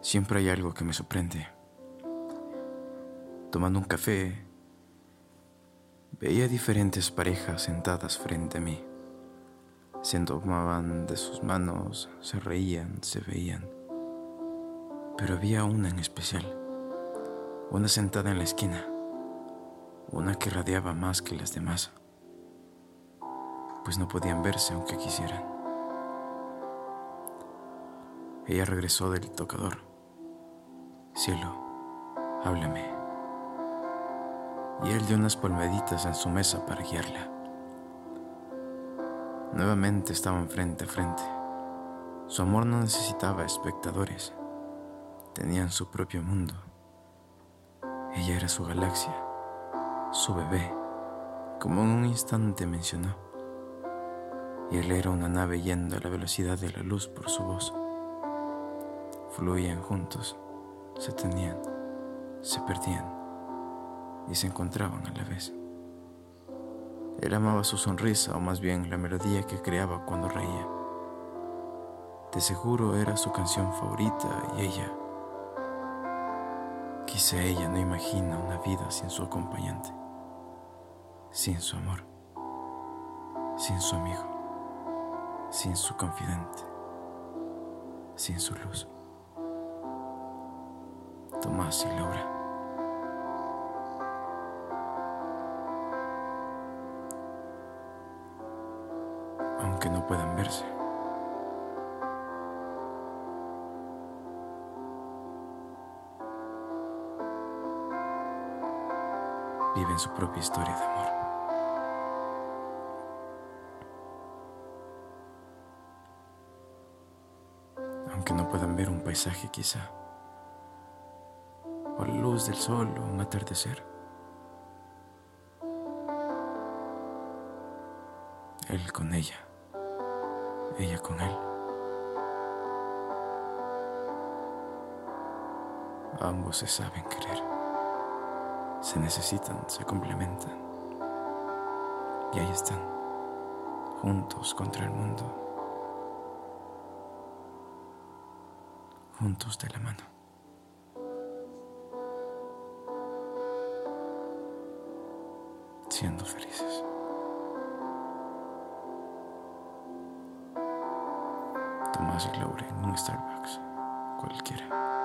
Siempre hay algo que me sorprende. Tomando un café, veía diferentes parejas sentadas frente a mí. Se tomaban de sus manos, se reían, se veían. Pero había una en especial, una sentada en la esquina, una que radiaba más que las demás, pues no podían verse aunque quisieran. Ella regresó del tocador. Cielo, háblame. Y él dio unas palmaditas en su mesa para guiarla. Nuevamente estaban frente a frente. Su amor no necesitaba espectadores. Tenían su propio mundo. Ella era su galaxia, su bebé, como en un instante mencionó. Y él era una nave yendo a la velocidad de la luz por su voz. Fluían juntos, se tenían, se perdían y se encontraban a la vez. Él amaba su sonrisa, o más bien la melodía que creaba cuando reía. De seguro era su canción favorita y quizá ella no imagina una vida sin su acompañante, sin su amor, sin su amigo, sin su confidente, sin su luz. Tomás y Laura. Aunque no puedan verse, viven su propia historia de amor. Aunque no puedan ver un paisaje quizá, o la luz del sol o un atardecer. Él con ella con él. Ambos se saben querer, se necesitan, se complementan. Y ahí están, juntos contra el mundo, juntos de la mano. Siendo felices. Tomás y Laura en un Starbucks cualquiera.